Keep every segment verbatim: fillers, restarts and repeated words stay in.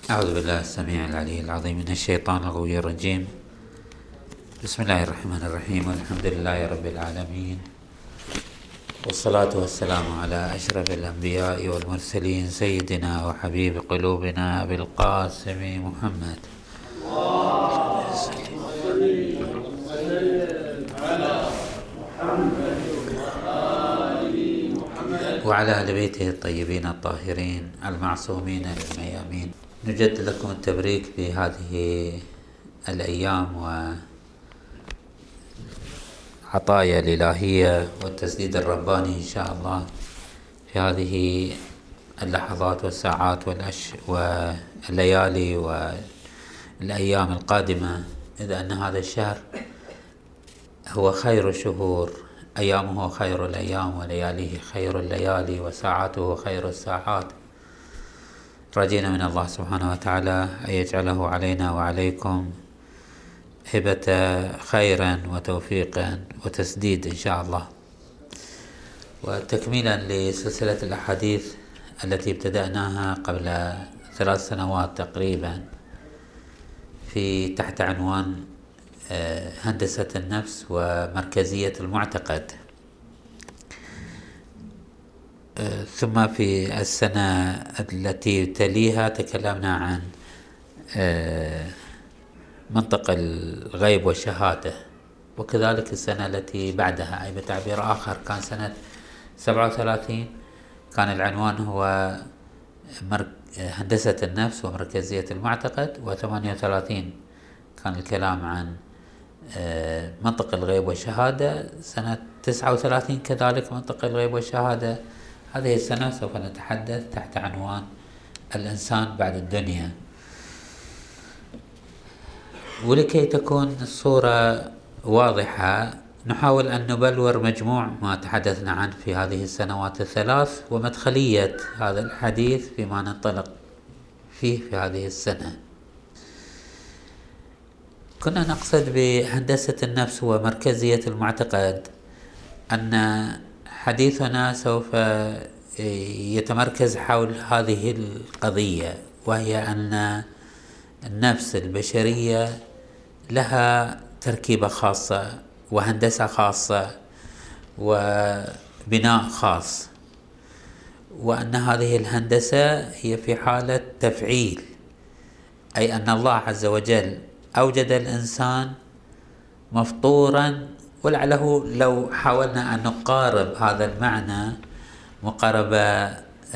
أعوذ بالله السميع العلي العظيم من الشيطان الغوي الرجيم. بسم الله الرحمن الرحيم، والحمد لله رب العالمين، والصلاة والسلام على أشرف الأنبياء والمرسلين، سيدنا وحبيب قلوبنا أبي القاسم محمد وعلى آل بيته الطيبين الطاهرين المعصومين الميامين. نجد لكم التبريك في هذه الأيام وعطايا الإلهية والتسديد الرباني إن شاء الله في هذه اللحظات والساعات والأش والليالي والأيام القادمة، إذ أن هذا الشهر هو خير الشهور، أيامه خير الأيام ولياليه خير الليالي وساعاته خير الساعات. رجينا من الله سبحانه وتعالى أن يجعله علينا وعليكم هبة خيرا وتوفيقا وتسديد إن شاء الله. وتكميلا لسلسلة الأحاديث التي ابتدأناها قبل ثلاث سنوات تقريبا في تحت عنوان هندسة النفس ومركزية المعتقد. ثم في السنة التي تليها تكلمنا عن منطق الغيب والشهادة، وكذلك السنة التي بعدها أي بتعبير آخر كان سنة سبعة وثلاثين كان العنوان هو هندسة النفس ومركزية المعتقد، وثمانية وثلاثين كان الكلام عن منطق الغيب والشهادة. سنة تسعة وثلاثين كذلك منطق الغيب والشهادة. هذه السنة سوف نتحدث تحت عنوان الإنسان بعد الدنيا. ولكي تكون الصورة واضحة نحاول أن نبلور مجموع ما تحدثنا عنه في هذه السنوات الثلاث ومدخلية هذا الحديث فيما ننطلق فيه في هذه السنة. كنا نقصد بهندسة النفس ومركزية المعتقد أن حديثنا سوف يتمركز حول هذه القضية، وهي أن النفس البشرية لها تركيبة خاصة وهندسة خاصة وبناء خاص، وأن هذه الهندسة هي في حالة تفعيل، أي أن الله عز وجل أوجد الإنسان مفطورا، ولعله لو حاولنا أن نقارب هذا المعنى مقاربة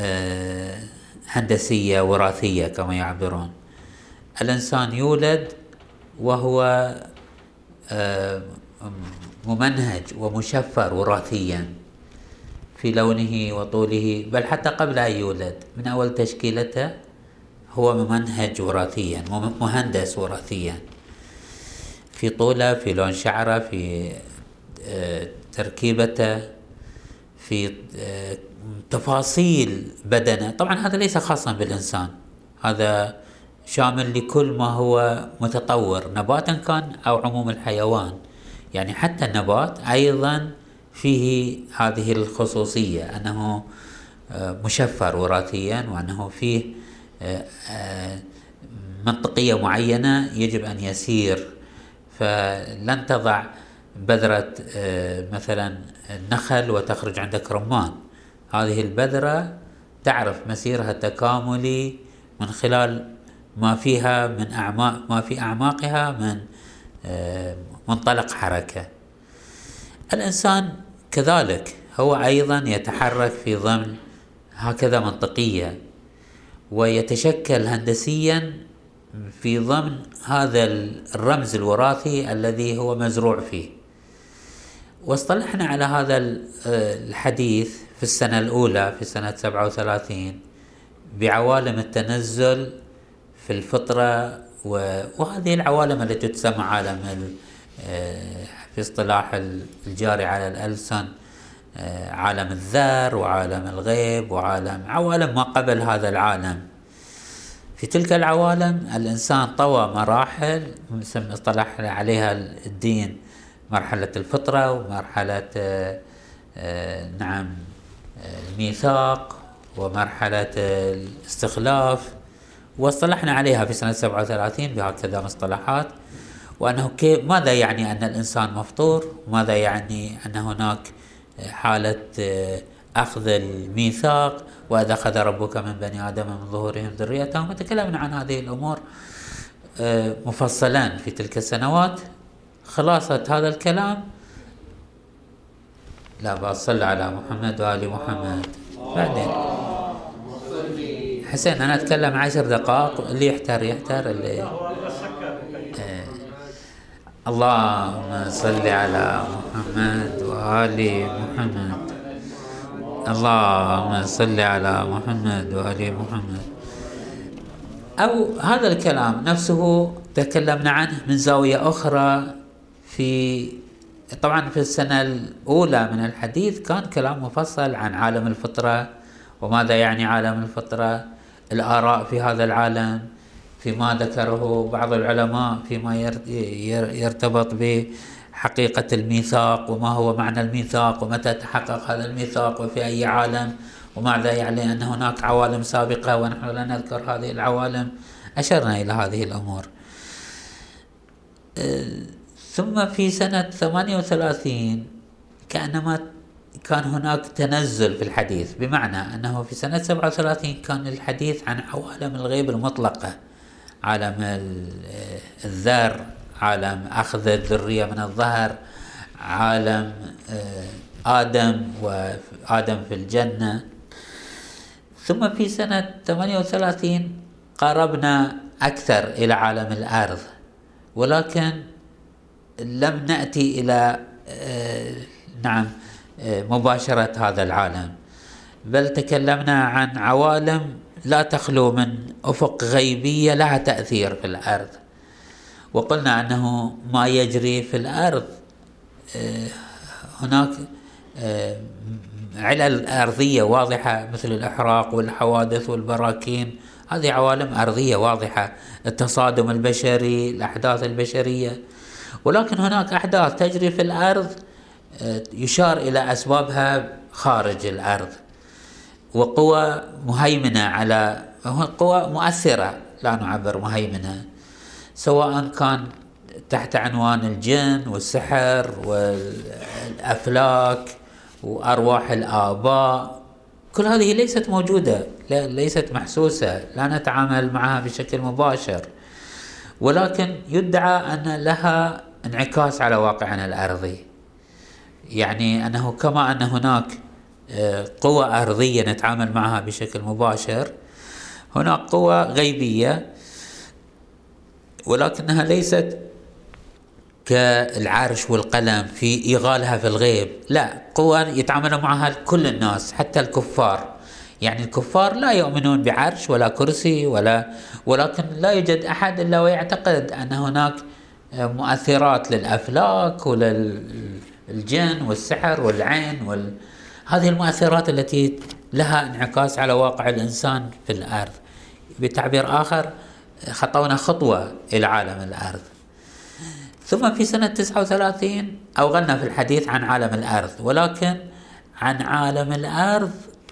هندسية وراثية كما يعبرون، الإنسان يولد وهو ممنهج ومشفر وراثيا في لونه وطوله، بل حتى قبل أن يولد من أول تشكيلته هو ممنهج وراثيا، مهندس وراثيا في طوله، في لون شعره، في تركيبته، في تفاصيل بدنه. طبعا هذا ليس خاصا بالإنسان، هذا شامل لكل ما هو متطور نباتا كان أو عموم الحيوان. يعني حتى النبات أيضا فيه هذه الخصوصية أنه مشفر وراثيا، وأنه فيه منطقية معينة يجب أن يسير. فلن تضع بذرة مثلا النخل وتخرج عندك رمان، هذه البذرة تعرف مسيرها التكاملي من خلال ما فيها من أعماق ما في أعماقها من منطلق حركة. الإنسان كذلك هو أيضا يتحرك في ضمن هكذا منطقية، ويتشكل هندسيا في ضمن هذا الرمز الوراثي الذي هو مزروع فيه. واصطلحنا على هذا الحديث في السنة الأولى في سنة سبعة وثلاثين بعوالم التنزل في الفطرة، وهذه العوالم التي تسمى عالم في اصطلاح الجاري على الألسن عالم الذر وعالم الغيب وعالم عوالم ما قبل هذا العالم. في تلك العوالم الإنسان طوى مراحل اصطلح عليها الدين، مرحلة الفطرة ومرحلة نعم الميثاق ومرحلة الاستخلاف واصطلحنا عليها في سنة سبعة وثلاثين بهكذا مصطلحات، وأنه كيف ماذا يعني أن الإنسان مفطور، وماذا يعني أن هناك حالة أخذ الميثاق وإذا أخذ ربك من بني آدم من ظهورهم ذريتهم. وتكلمنا عن هذه الأمور مفصلا في تلك السنوات. خلاصة هذا الكلام، لا بأس صل على محمد وآل محمد. بعدين حسين أنا أتكلم عشر دقائق، اللي يحتر يحتر، اللي آه. اللهم صل على محمد وآل محمد. اللهم صل على محمد وآل محمد. أو هذا الكلام نفسه تكلمنا عنه من زاوية أخرى. في طبعا في السنة الأولى من الحديث كان كلام مفصل عن عالم الفطرة وماذا يعني عالم الفطرة، الآراء في هذا العالم، فيما ذكره بعض العلماء فيما يرتبط بحقيقة الميثاق وما هو معنى الميثاق ومتى تحقق هذا الميثاق وفي أي عالم، وماذا يعني أن هناك عوالم سابقة ونحن لا نذكر هذه العوالم. أشرنا إلى هذه الأمور. ثم في سنة ثمانية وثلاثين كأنما كان هناك تنزل في الحديث، بمعنى أنه في سنة سبعة وثلاثين كان الحديث عن عوالم الغيب المطلقة، عالم الذر، عالم أخذ الذرية من الظهر، عالم آدم وآدم في الجنة. ثم في سنة ثمانية وثلاثين قربنا أكثر إلى عالم الأرض، ولكن لم نأتي إلى نعم مباشرة هذا العالم، بل تكلمنا عن عوالم لا تخلو من أفق غيبية لها تأثير في الأرض. وقلنا أنه ما يجري في الأرض هناك علل أرضية واضحة مثل الإحراق والحوادث والبراكين، هذه عوالم أرضية واضحة، التصادم البشري، الأحداث البشرية. ولكن هناك أحداث تجري في الأرض يشار إلى أسبابها خارج الأرض، وقوى مهيمنة على قوى مؤثرة، لا نعبر مهيمنة، سواء كان تحت عنوان الجن والسحر والأفلاك وأرواح الآباء. كل هذه ليست موجودة، ليست محسوسة، لا نتعامل معها بشكل مباشر، ولكن يدعى أن لها انعكاس على واقعنا الأرضي. يعني أنه كما أن هناك قوى أرضية نتعامل معها بشكل مباشر، هناك قوى غيبية ولكنها ليست كالعرش والقلم في إيغالها في الغيب، لا، قوى يتعامل معها كل الناس حتى الكفار. يعني الكفار لا يؤمنون بعرش ولا كرسي ولا، ولكن لا يوجد أحد إلا ويعتقد أن هناك مؤثرات للأفلاك وللجن والسحر والعين وال... هذه المؤثرات التي لها انعكاس على واقع الإنسان في الأرض. بتعبير آخر خطونا خطوة إلى عالم الأرض. ثم في سنة تسعة وثلاثين أوغلنا في الحديث عن عالم الأرض، ولكن عن عالم الأرض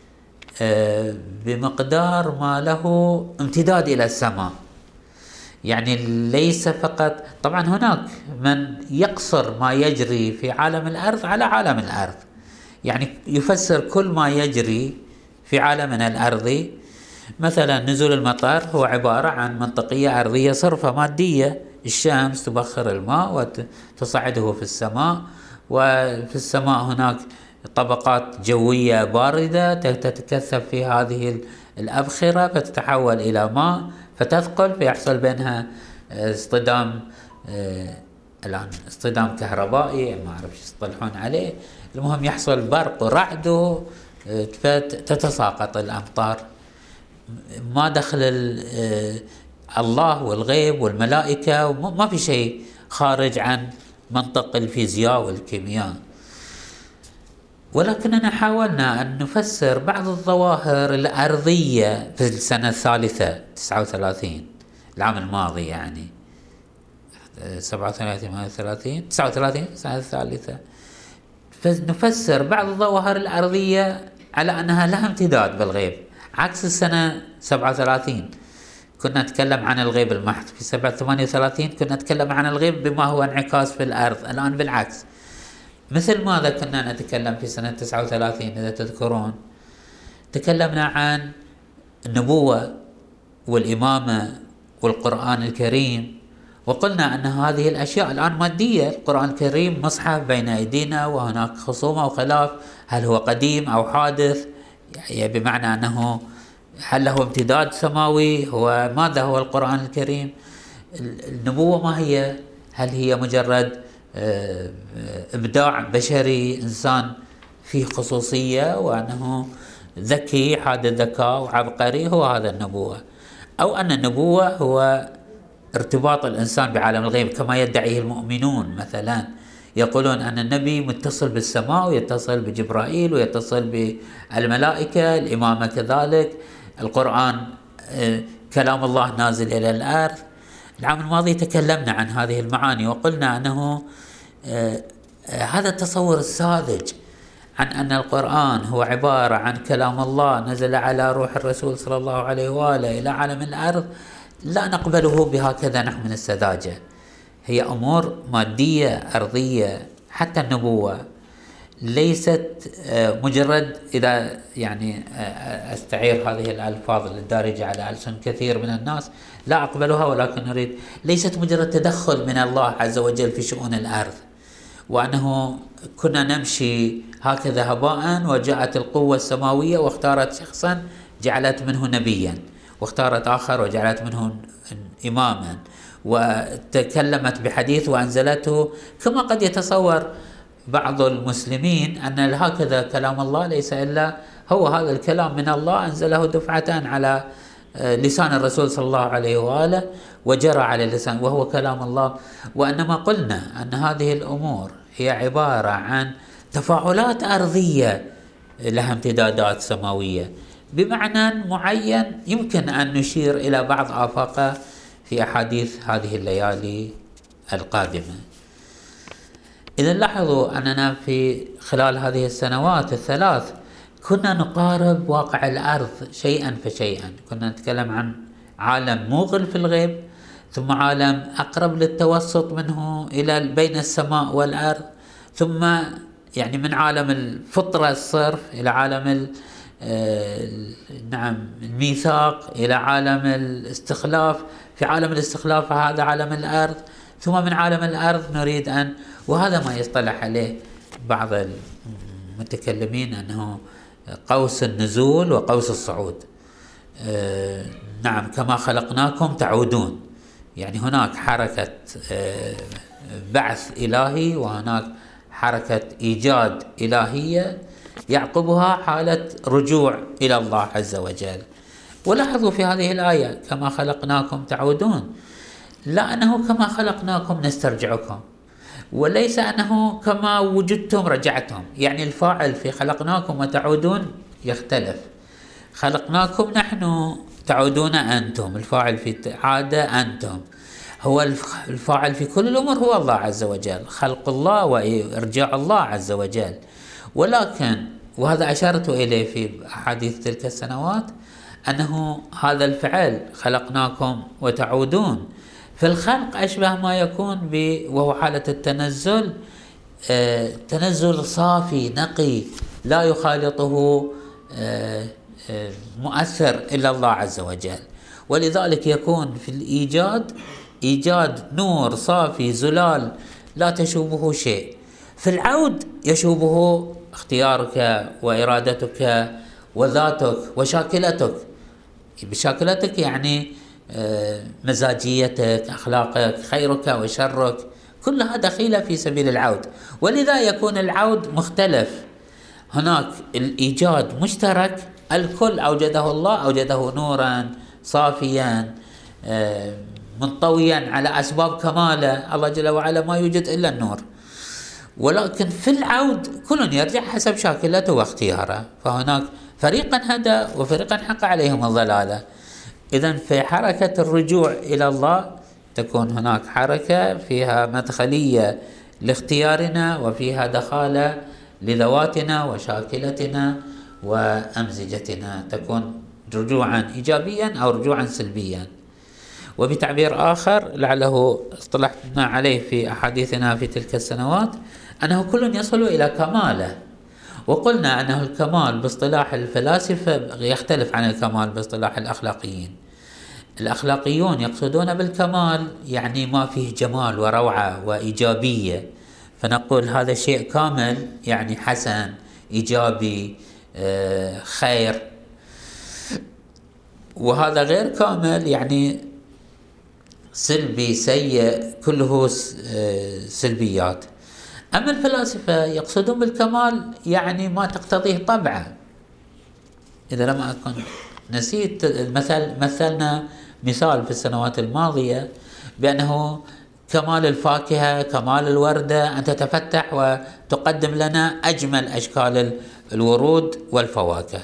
بمقدار ما له امتداد إلى السماء. يعني ليس فقط، طبعا هناك من يقصر ما يجري في عالم الأرض على عالم الأرض، يعني يفسر كل ما يجري في عالمنا الأرضي. مثلا نزول المطر هو عبارة عن منطقية أرضية صرفة مادية، الشمس تبخر الماء وتصعده في السماء، وفي السماء هناك طبقات جوية باردة تتكثف في هذه الأبخرة فتتحول إلى ماء فتثقل، فيحصل بينها اصطدام، الآن اصطدام كهربائي ما أعرف شو يصطلحون عليه، المهم يحصل برق ورعد فتتساقط الأمطار. ما دخل الله والغيب والملائكة، ما في شيء خارج عن منطق الفيزياء والكيمياء. ولكننا حاولنا أن نفسر بعض الظواهر الأرضية في السنة الثالثة تسعة وثلاثين، العام الماضي، يعني سبعة وثلاثين ثمانية وثلاثين تسعة وثلاثين السنة الثالثة، فنفسر بعض الظواهر الأرضية على أنها لها امتداد بالغيب، عكس السنة سبعة وثلاثين كنا نتكلم عن الغيب المحض، في سبعة ثمانية وثلاثين كنا نتكلم عن الغيب بما هو انعكاس في الأرض. الآن بالعكس، مثل ماذا كنا نتكلم في سنة تسعة وثلاثين إذا تذكرون، تكلمنا عن النبوة والإمامة والقرآن الكريم، وقلنا أن هذه الأشياء الآن مادية. القرآن الكريم مصحف بين أيدينا، وهناك خصومة وخلاف هل هو قديم أو حادث، يعني بمعنى أنه هل له امتداد سماوي، هو ماذا هو القرآن الكريم. النبوة ما هي؟ هل هي مجرد إبداع بشري، إنسان فيه خصوصية وأنه ذكي حاد الذكاء وعبقري، هو هذا النبوة؟ أو أن النبوة هو ارتباط الإنسان بعالم الغيب كما يدعيه المؤمنون؟ مثلا يقولون أن النبي متصل بالسماء ويتصل بجبرائيل ويتصل بالملائكة، الإمامة كذلك، القرآن كلام الله نازل إلى الأرض. العام الماضي تكلمنا عن هذه المعاني وقلنا أنه هذا التصور الساذج عن أن القرآن هو عبارة عن كلام الله نزل على روح الرسول صلى الله عليه وآله إلى عالم الأرض، لا نقبله بهكذا نحو من السذاجة. هي أمور مادية أرضية. حتى النبوة ليست مجرد، إذا يعني أستعير هذه الألفاظ الدارجة على ألسن كثير من الناس لا أقبلها، ولكن نريد، ليست مجرد تدخل من الله عز وجل في شؤون الأرض، وأنه كنا نمشي هكذا هباء وجاءت القوة السماوية واختارت شخصا جعلت منه نبيا، واختارت آخر وجعلت منه إماما، وتكلمت بحديث وأنزلته، كما قد يتصور بعض المسلمين أن هكذا كلام الله ليس إلا هو هذا الكلام من الله أنزله دفعة على لسان الرسول صلى الله عليه وآله وجرى على اللسان وهو كلام الله. وإنما قلنا أن هذه الأمور هي عبارة عن تفاعلات أرضية لها امتدادات سماوية بمعنى معين، يمكن أن نشير إلى بعض آفاقه في أحاديث هذه الليالي القادمة. إذا لاحظوا أننا في خلال هذه السنوات الثلاث كنا نقارب واقع الأرض شيئا فشيئا. كنا نتكلم عن عالم موغل في الغيب، ثم عالم أقرب للتوسط منه إلى بين السماء والأرض، ثم يعني من عالم الفطرة الصرف إلى عالم نعم الميثاق، إلى عالم الاستخلاف. في عالم الاستخلاف هذا عالم الأرض، ثم من عالم الأرض نريد أن، وهذا ما يصطلح عليه بعض المتكلمين أنه قوس النزول وقوس الصعود. آه نعم، كما خلقناكم تعودون، يعني هناك حركة آه بعث إلهي، وهناك حركة إيجاد إلهية يعقبها حالة رجوع إلى الله عز وجل. ولاحظوا في هذه الآية كما خلقناكم تعودون، لا أنه كما خلقناكم نسترجعكم، وليس أنه كما وجدتم رجعتم. يعني الفاعل في خلقناكم وتعودون يختلف. خلقناكم نحن، تعودون أنتم. الفاعل في عاد أنتم. هو الفاعل في كل الأمور هو الله عز وجل، خلق الله وإرجاع الله عز وجل. ولكن وهذا أشرت إليه في أحاديث تلك السنوات، أنه هذا الفعل خلقناكم وتعودون في الخلق أشبه ما يكون ب وهو حالة التنزل، آه تنزل صافي نقي لا يخالطه آه آه مؤثر إلا الله عز وجل. ولذلك يكون في الإيجاد إيجاد نور صافي زلال لا تشوبه شيء. في العود يشوبه اختيارك وإرادتك وذاتك وشاكلتك. بشاكلتك يعني مزاجيتك، أخلاقك، خيرك وشرك، كلها دخيلة في سبيل العود. ولذا يكون العود مختلف. هناك الإيجاد مشترك، الكل أوجده الله، أوجده نورا صافيا منطويا على أسباب كماله. الله جل وعلا ما يوجد إلا النور. ولكن في العود كل يرجع حسب شاكلته واختياره، فهناك فريقا هدى وفريقا حق عليهم الضلالة. إذن في حركة الرجوع إلى الله تكون هناك حركة فيها مدخلية لاختيارنا، وفيها دخالة لذواتنا وشاكلتنا وأمزجتنا، تكون رجوعا إيجابيا أو رجوعا سلبيا. وبتعبير آخر لعله اصطلحنا عليه في أحاديثنا في تلك السنوات، أنه كل يصل إلى كماله. وقلنا أنه الكمال باصطلاح الفلاسفة يختلف عن الكمال باصطلاح الأخلاقيين. الأخلاقيون يقصدون بالكمال يعني ما فيه جمال وروعة وإيجابية، فنقول هذا شيء كامل، يعني حسن، إيجابي، خير. وهذا غير كامل، يعني سلبي، سيء، كله سلبيات. أما الفلاسفة يقصدون بالكمال يعني ما تقتضيه طبعه. إذا لم أكن نسيت المثل، مثلنا مثال في السنوات الماضية بأنه كمال الفاكهة، كمال الوردة، أن تتفتح وتقدم لنا أجمل أشكال الورود والفواكه.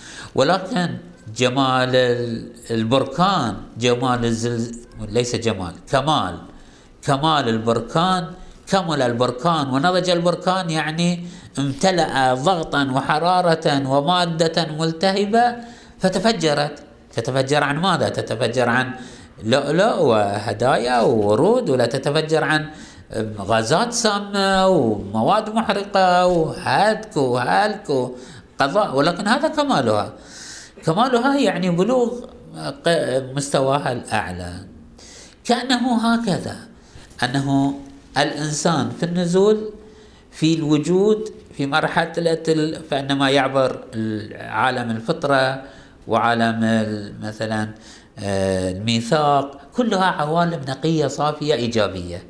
ولكن جمال البركان، جمال الزلزال، ليس جمال، كمال كمال البركان، كمل البركان ونضج البركان، يعني امتلأ ضغطا وحرارة ومادة ملتهبة فتفجرت. تتفجر عن ماذا؟ تتفجر عن لؤلؤ وهدايا وورود، ولا تتفجر عن غازات سامة ومواد محرقة وهتك وهلك وقضاء. ولكن هذا كمالها، كمالها يعني بلوغ مستواها الأعلى. كأنه هكذا، أنه الإنسان في النزول في الوجود في مرحلة فإنما يعبر عالم الفطرة وعالم مثلا الميثاق، كلها عوالم نقية صافية إيجابية.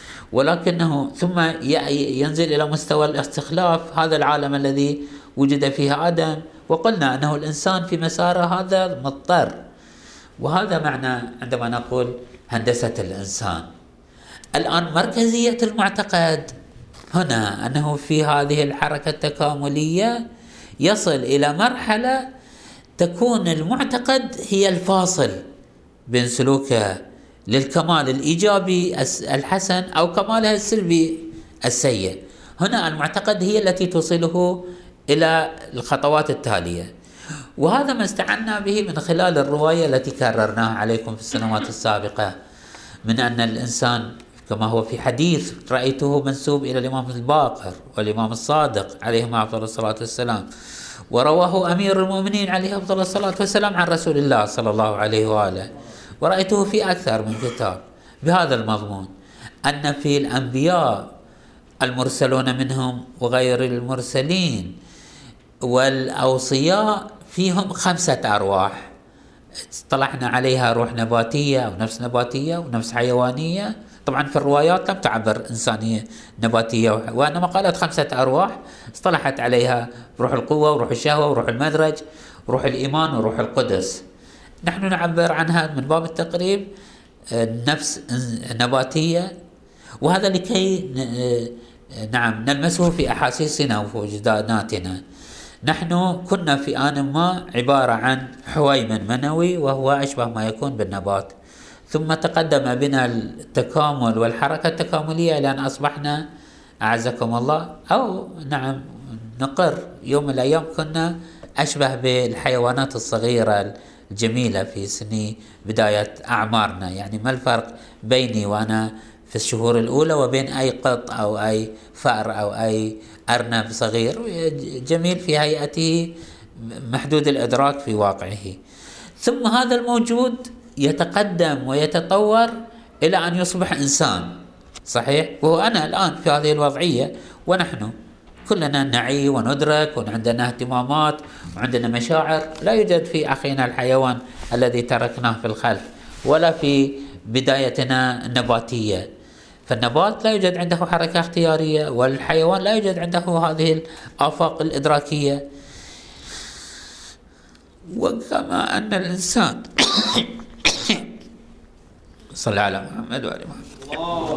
ولكنه ثم ينزل إلى مستوى الاستخلاف، هذا العالم الذي وجد فيه آدم، وقلنا أنه الإنسان في مساره هذا مضطر. وهذا معنى عندما نقول هندسة الإنسان. الآن مركزية المعتقد هنا أنه في هذه الحركة التكاملية يصل إلى مرحلة تكون المعتقد هي الفاصل بين سلوكه للكمال الإيجابي الحسن أو كمالها السلبي السيء. هنا المعتقد هي التي توصله إلى الخطوات التالية. وهذا ما استعنا به من خلال الرواية التي كررناها عليكم في السنوات السابقة، من أن الإنسان كما هو في حديث رأيته منسوب إلى الإمام الباقر والإمام الصادق عليهما أفضل الصلاة والسلام، ورواه أمير المؤمنين عليه أفضل الصلاة والسلام عن رسول الله صلى الله عليه وآله، ورأيته في أكثر من كتاب بهذا المضمون، أن في الأنبياء المرسلون منهم وغير المرسلين والأوصياء فيهم خمسة أرواح اصطلحنا عليها: روح نباتية أو نفس نباتية ونفس حيوانية. طبعا في الروايات لم تعبر إنسانية نباتية، وإنما قالت خمسة أرواح اصطلحت عليها: روح القوة وروح الشهوة وروح المدرج وروح الإيمان وروح القدس. نحن نعبر عنها من باب التقريب نفس نباتية، وهذا لكي نعم نلمسه في أحاسيسنا وفي وجداناتنا. نحن كنا في آن ما عبارة عن حويمن منوي، وهو أشبه ما يكون بالنبات، ثم تقدم بنا التكامل والحركة التكاملية إلى أن أصبحنا أعزكم الله أو نعم نقر يوم من الأيام كنا أشبه بالحيوانات الصغيرة الجميلة في سن بداية أعمارنا. يعني ما الفرق بيني وأنا في الشهور الأولى وبين أي قط أو أي فأر أو أي أرنب صغير جميل في هيئته محدود الإدراك في واقعه. ثم هذا الموجود يتقدم ويتطور إلى أن يصبح إنسان صحيح، وهو أنا الآن في هذه الوضعية، ونحن كلنا نعي وندرك وعندنا اهتمامات وعندنا مشاعر لا يوجد في أخينا الحيوان الذي تركناه في الخلف ولا في بدايتنا النباتية. فالنبات لا يوجد عنده حركة اختيارية، والحيوان لا يوجد عنده هذه الآفاق الإدراكية. وكما أن الإنسان صلى على محمد وآل محمد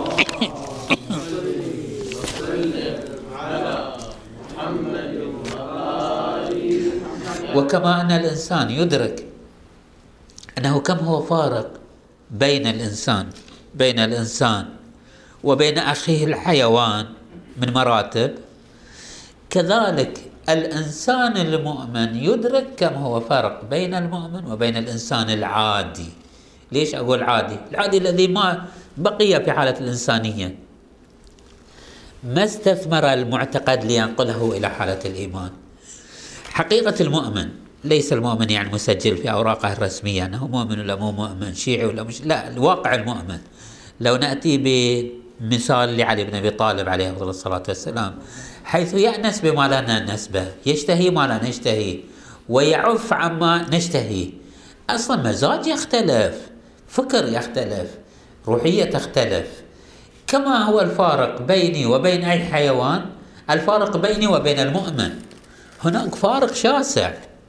وكما أن الإنسان يدرك أنه كم هو فارق بين الإنسان بين الإنسان وبين أخيه الحيوان من مراتب، كذلك الإنسان المؤمن يدرك كم هو فرق بين المؤمن وبين الإنسان العادي ليش أقول عادي؟ العادي الذي ما بقي في حالة الإنسانية، ما استثمر المعتقد لينقله إلى حالة الإيمان. حقيقة المؤمن ليس المؤمن يعني مسجل في أوراقه الرسمية أنه مؤمن ولا مو مؤمن، شيعي ولا مش، لا، الواقع المؤمن. لو نأتي بمثال لعلي بن أبي طالب عليه أفضل الصلاة والسلام، حيث يأنس بما لا نأنس به، يشتهي ما لا نشتهي، ويعف عما نشتهي. أصلا مزاج يختلف، فكر يختلف، روحية تختلف. كما هو الفارق بيني وبين أي حيوان، الفارق بيني وبين المؤمن، هناك فارق شاسع.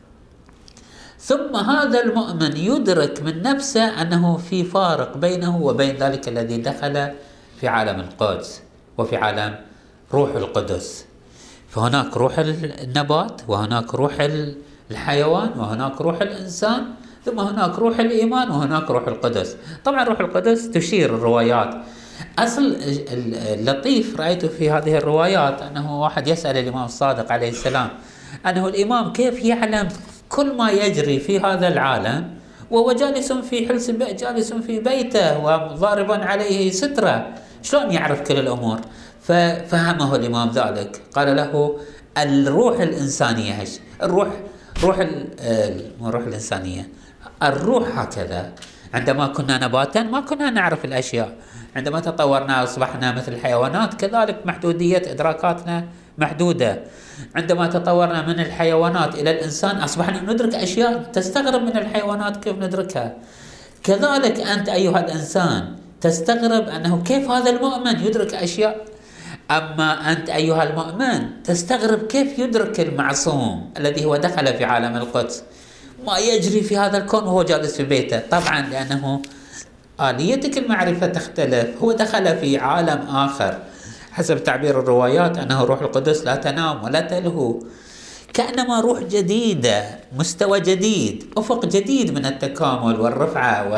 ثم هذا المؤمن يدرك من نفسه أنه في فارق بينه وبين ذلك الذي دخل في عالم القدس وفي عالم روح القدس. فهناك روح النبات، وهناك روح الحيوان، وهناك روح الإنسان، ثم هناك روح الإيمان، وهناك روح القدس. طبعا روح القدس تشير الروايات. أصل اللطيف رأيته في هذه الروايات أنه واحد يسأل الإمام الصادق عليه السلام أنه الإمام كيف يعلم كل ما يجري في هذا العالم وهو جالس في حلس جالس في بيته وضاربا عليه سترة، شلون يعرف كل الأمور؟ ففهمه الإمام ذلك، قال له الروح الإنسانية، هش الروح روح الروح الإنسانية الروح هكذا. عندما كنا نباتا ما كنا نعرف الأشياء، عندما تطورنا أصبحنا مثل الحيوانات، كذلك محدودية إدراكاتنا محدودة. عندما تطورنا من الحيوانات إلى الإنسان أصبحنا ندرك أشياء تستغرب من الحيوانات كيف ندركها. كذلك أنت أيها الإنسان تستغرب أنه كيف هذا المؤمن يدرك أشياء، أما أنت أيها المؤمن تستغرب كيف يدرك المعصوم الذي هو دخل في عالم القدس ما يجري في هذا الكون وهو جالس في بيته. طبعا لأنه آليتك المعرفة تختلف، هو دخل في عالم آخر. حسب تعبير الروايات أنه روح القدس لا تنام ولا تلهو، كأنما روح جديدة، مستوى جديد، أفق جديد من التكامل والرفعة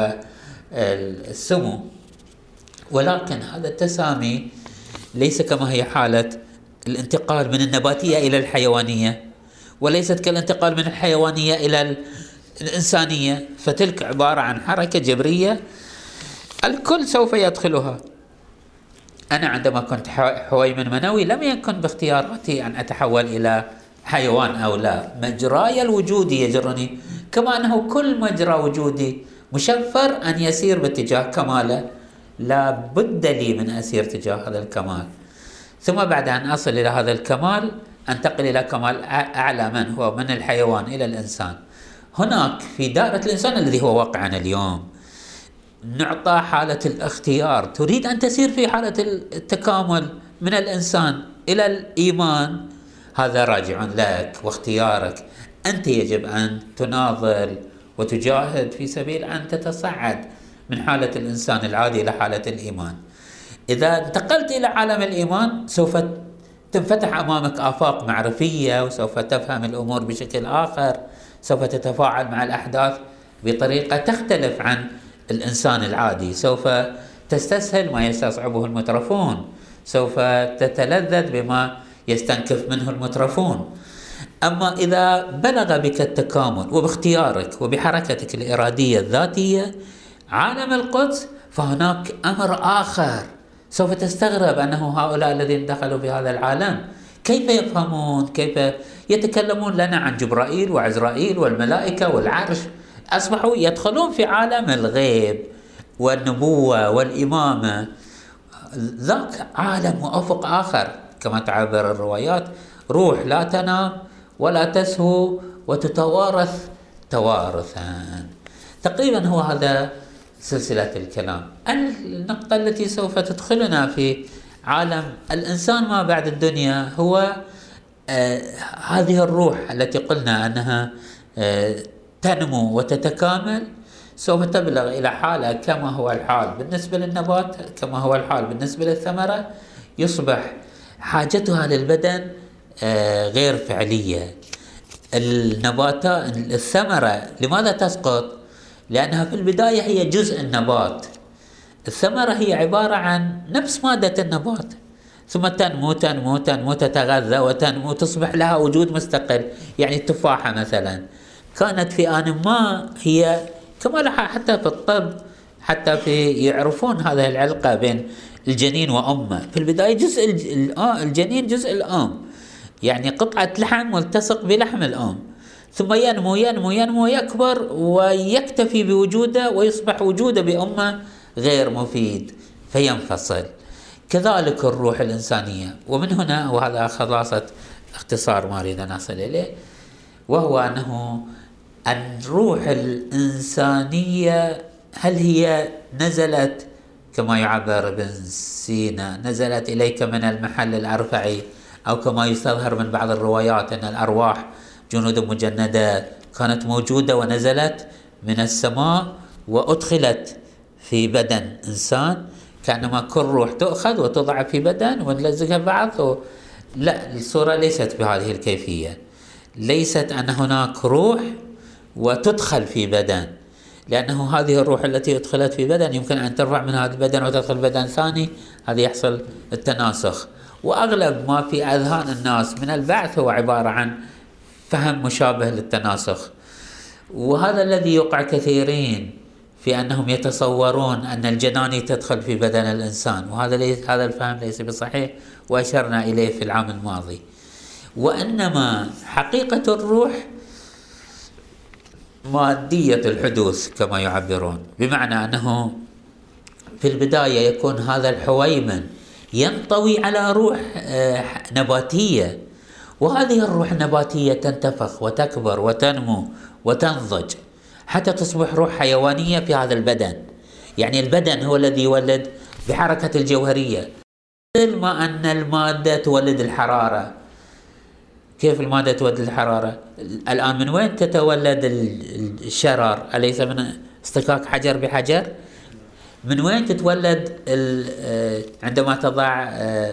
والسمو. ولكن هذا التسامي ليس كما هي حالة الانتقال من النباتية إلى الحيوانية، وليست كالانتقال من الحيوانية إلى الإنسانية، فتلك عبارة عن حركة جبرية الكل سوف يدخلها. أنا عندما كنت حويمن منوي لم يكن باختياراتي أن أتحول إلى حيوان أو لا، مجراي الوجودي يجرني، كما أنه كل مجرى وجودي مشفر أن يسير باتجاه كماله، لا بد لي من أسير تجاه هذا الكمال. ثم بعد أن أصل إلى هذا الكمال أنتقل إلى كمال أعلى، من هو من الحيوان إلى الإنسان. هناك في دائرة الإنسان الذي هو واقعنا اليوم نعطى حالة الاختيار. تريد أن تسير في حالة التكامل من الإنسان إلى الإيمان، هذا راجع لك واختيارك. أنت يجب أن تناضل وتجاهد في سبيل أن تتصعد من حالة الإنسان العادي إلى حالة الإيمان. إذا انتقلت إلى عالم الإيمان سوف تنفتح أمامك آفاق معرفية، وسوف تفهم الأمور بشكل آخر، سوف تتفاعل مع الأحداث بطريقة تختلف عن الإنسان العادي، سوف تستسهل ما يستصعبه المترفون، سوف تتلذذ بما يستنكف منه المترفون. أما إذا بلغ بك التكامل وباختيارك وبحركتك الإرادية الذاتية عالم القدس، فهناك أمر آخر. سوف تستغرب أنه هؤلاء الذين دخلوا في هذا العالم كيف يفهمون، كيف يتكلمون لنا عن جبرائيل وعزرائيل والملائكة والعرش، أصبحوا يدخلون في عالم الغيب والنبوة والإمامة. ذاك عالم وأفق آخر، كما تعبر الروايات، روح لا تنام ولا تسهو وتتوارث توارثا. تقريبا هو هذا سلسلة الكلام. النقطة التي سوف تدخلنا في عالم الإنسان ما بعد الدنيا هو آه هذه الروح التي قلنا أنها آه تنمو وتتكامل، سوف تبلغ إلى حالة كما هو الحال بالنسبة للنبات، كما هو الحال بالنسبة للثمرة، يصبح حاجتها للبدن آه غير فعلية. النباتات الثمرة لماذا تسقط؟ لأنها في البداية هي جزء النبات، الثمرة هي عبارة عن نفس مادة النبات، ثم تنمو تنمو تنمو تتغذى وتنمو تصبح لها وجود مستقل. يعني التفاحة مثلا كانت في آن ما هي كما لها حتى في الطب حتى في يعرفون هذه العلاقة بين الجنين وأمه. في البداية جزء الجنين جزء الأم، يعني قطعة لحم ملتصق بلحم الأم، ثم ينمو ينمو ينمو يكبر ويكتفي بوجوده ويصبح وجوده بأمه غير مفيد فينفصل. كذلك الروح الإنسانية. ومن هنا، وهذا خلاصة اختصار ما أريد أن أصل إليه، وهو أنه الروح الإنسانية هل هي نزلت كما يعبر ابن سينا نزلت إليك من المحل الأرفعي، أو كما يستظهر من بعض الروايات أن الأرواح جنود مجندة كانت موجودة ونزلت من السماء وأدخلت في بدن إنسان، كأنما كل روح تؤخذ وتضع في بدن ونلزقها ببعض. لا، الصورة ليست بهذه الكيفية. ليست أن هناك روح وتدخل في بدن، لأنه هذه الروح التي أدخلت في بدن يمكن أن ترفع من هذا البدن وتدخل بدن ثاني، هذا يحصل التناسخ. وأغلب ما في أذهان الناس من البعث هو عبارة عن فهم مشابه للتناسخ، وهذا الذي يوقع كثيرين في أنهم يتصورون أن الجناني تدخل في بدن الإنسان، وهذا ليس، هذا الفهم ليس بصحيح، وأشرنا إليه في العام الماضي. وإنما حقيقة الروح مادية الحدوث كما يعبرون، بمعنى أنه في البداية يكون هذا الحويمن ينطوي على روح نباتية، وهذه الروح النباتية تنتفخ وتكبر وتنمو وتنضج حتى تصبح روح حيوانية في هذا البدن. يعني البدن هو الذي يولد بحركة الجوهرية، مثل ما أن المادة تولد الحرارة. كيف المادة تولد الحرارة؟ الآن من وين تتولد الشرر؟ أليس من اصطكاك حجر بحجر؟ من وين تتولد عندما تضع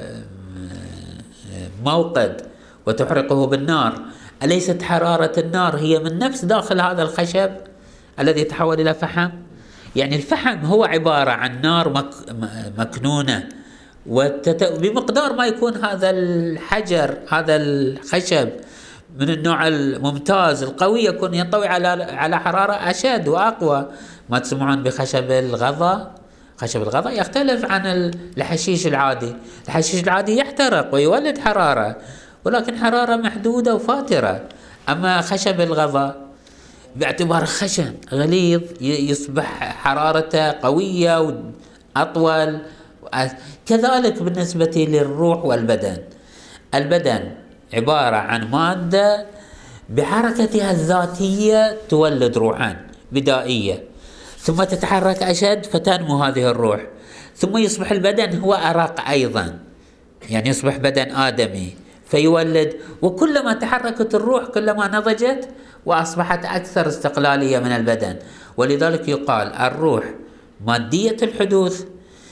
موقد وتحرقه بالنار؟ أليست حرارة النار هي من نفس داخل هذا الخشب الذي تحول إلى فحم؟ يعني الفحم هو عبارة عن نار مك مكنونة، وبمقدار ما يكون هذا الحجر هذا الخشب من النوع الممتاز القوي يكون ينطوي على على حرارة أشد وأقوى. ما تسمعون بخشب الغضا؟ خشب الغضا يختلف عن الحشيش العادي. الحشيش العادي يحترق ويولد حرارة، ولكن حرارة محدودة وفاترة. أما خشب الغضا باعتبار خشن غليظ يصبح حرارته قوية وأطول. كذلك بالنسبة للروح والبدن، البدن عبارة عن مادة بحركتها الذاتية تولد روحا بدائية، ثم تتحرك أشد فتنمو هذه الروح، ثم يصبح البدن هو أرق أيضا، يعني يصبح بدن آدمي فيولد. وكلما تحركت الروح كلما نضجت وأصبحت أكثر استقلالية من البدن. ولذلك يقال الروح مادية الحدوث،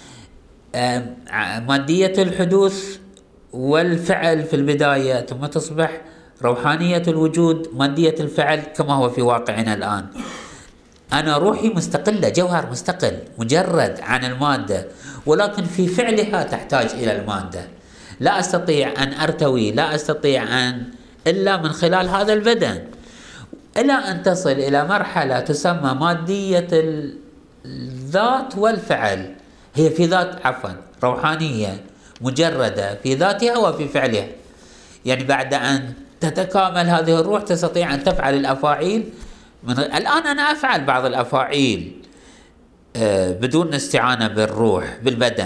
مادية الحدوث والفعل في البداية، ثم تصبح روحانية الوجود مادية الفعل كما هو في واقعنا الآن. أنا روحي مستقلة، جوهر مستقل مجرد عن المادة، ولكن في فعلها تحتاج إلى المادة. لا أستطيع أن أرتوي، لا أستطيع أن إلا من خلال هذا البدن، إلى أن تصل إلى مرحلة تسمى مادية الذات والفعل. هي في ذات عفوا روحانية مجردة في ذاتها وفي فعلها. يعني بعد أن تتكامل هذه الروح تستطيع أن تفعل الأفاعيل. من الآن أنا أفعل بعض الأفاعيل بدون استعانة بالروح بالبدن،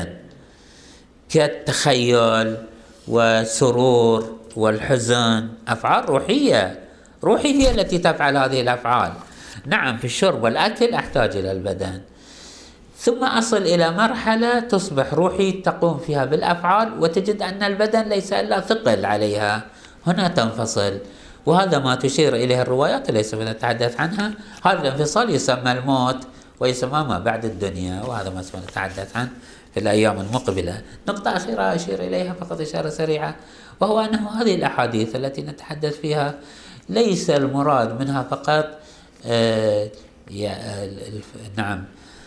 كالتخيل والسرور والحزن، أفعال روحية. روحي هي التي تفعل هذه الأفعال. نعم، في الشرب والأكل أحتاج إلى البدن، ثم أصل إلى مرحلة تصبح روحي تقوم فيها بالأفعال، وتجد أن البدن ليس إلا ثقل عليها، هنا تنفصل. وهذا ما تشير إليه الروايات، ليس نتحدث عنها. هذا الانفصال يسمى الموت ويسمى ما بعد الدنيا، وهذا ما سنتحدث عنه في الأيام المقبلة. نقطة أخيرة أشير إليها فقط إشارة سريعة، وهو أنه هذه الأحاديث التي نتحدث فيها ليس المراد منها فقط آه نعم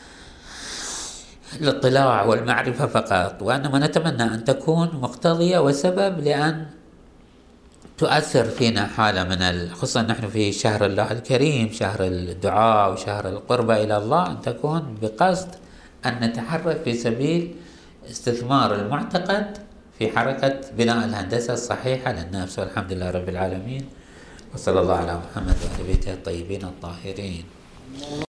الاطلاع والمعرفة فقط، وإنما نتمنى أن تكون مقتضية وسبب لأن تؤثر فينا حالة من ال... خصوصا نحن في شهر الله الكريم، شهر الدعاء وشهر القربة إلى الله، أن تكون بقصد أن نتحرك في سبيل استثمار المعتقد في حركة بناء الهندسة الصحيحة للنفس. والحمد لله رب العالمين، وصلى الله على محمد وآل بيته الطيبين الطاهرين.